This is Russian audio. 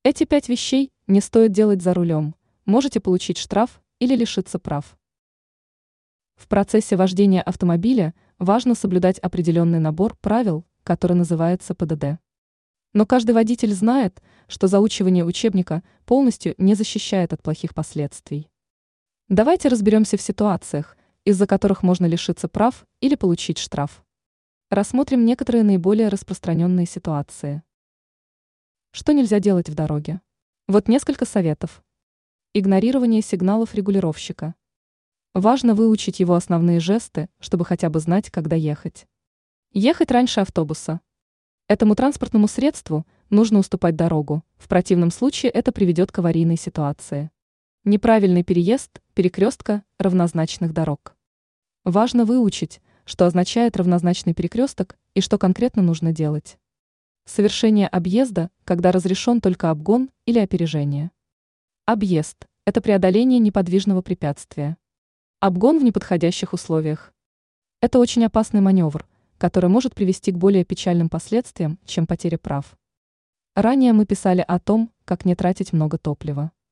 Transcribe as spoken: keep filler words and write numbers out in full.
Эти пять вещей не стоит делать за рулем. Можете получить штраф или лишиться прав. В процессе вождения автомобиля важно соблюдать определенный набор правил, который называется П Д Д. Но каждый водитель знает, что заучивание учебника полностью не защищает от плохих последствий. Давайте разберемся в ситуациях, из-за которых можно лишиться прав или получить штраф. Рассмотрим некоторые наиболее распространенные ситуации. Что нельзя делать в дороге? Вот несколько советов. Игнорирование сигналов регулировщика. Важно выучить его основные жесты, чтобы хотя бы знать, когда ехать. Ехать раньше автобуса. Этому транспортному средству нужно уступать дорогу, в противном случае это приведет к аварийной ситуации. Неправильный переезд перекрестка равнозначных дорог. Важно выучить, что означает равнозначный перекресток и что конкретно нужно делать. Совершение объезда, когда разрешен только обгон или опережение. Объезд – это преодоление неподвижного препятствия. Обгон в неподходящих условиях. Это очень опасный маневр, который может привести к более печальным последствиям, чем потеря прав. Ранее мы писали о том, как не тратить много топлива.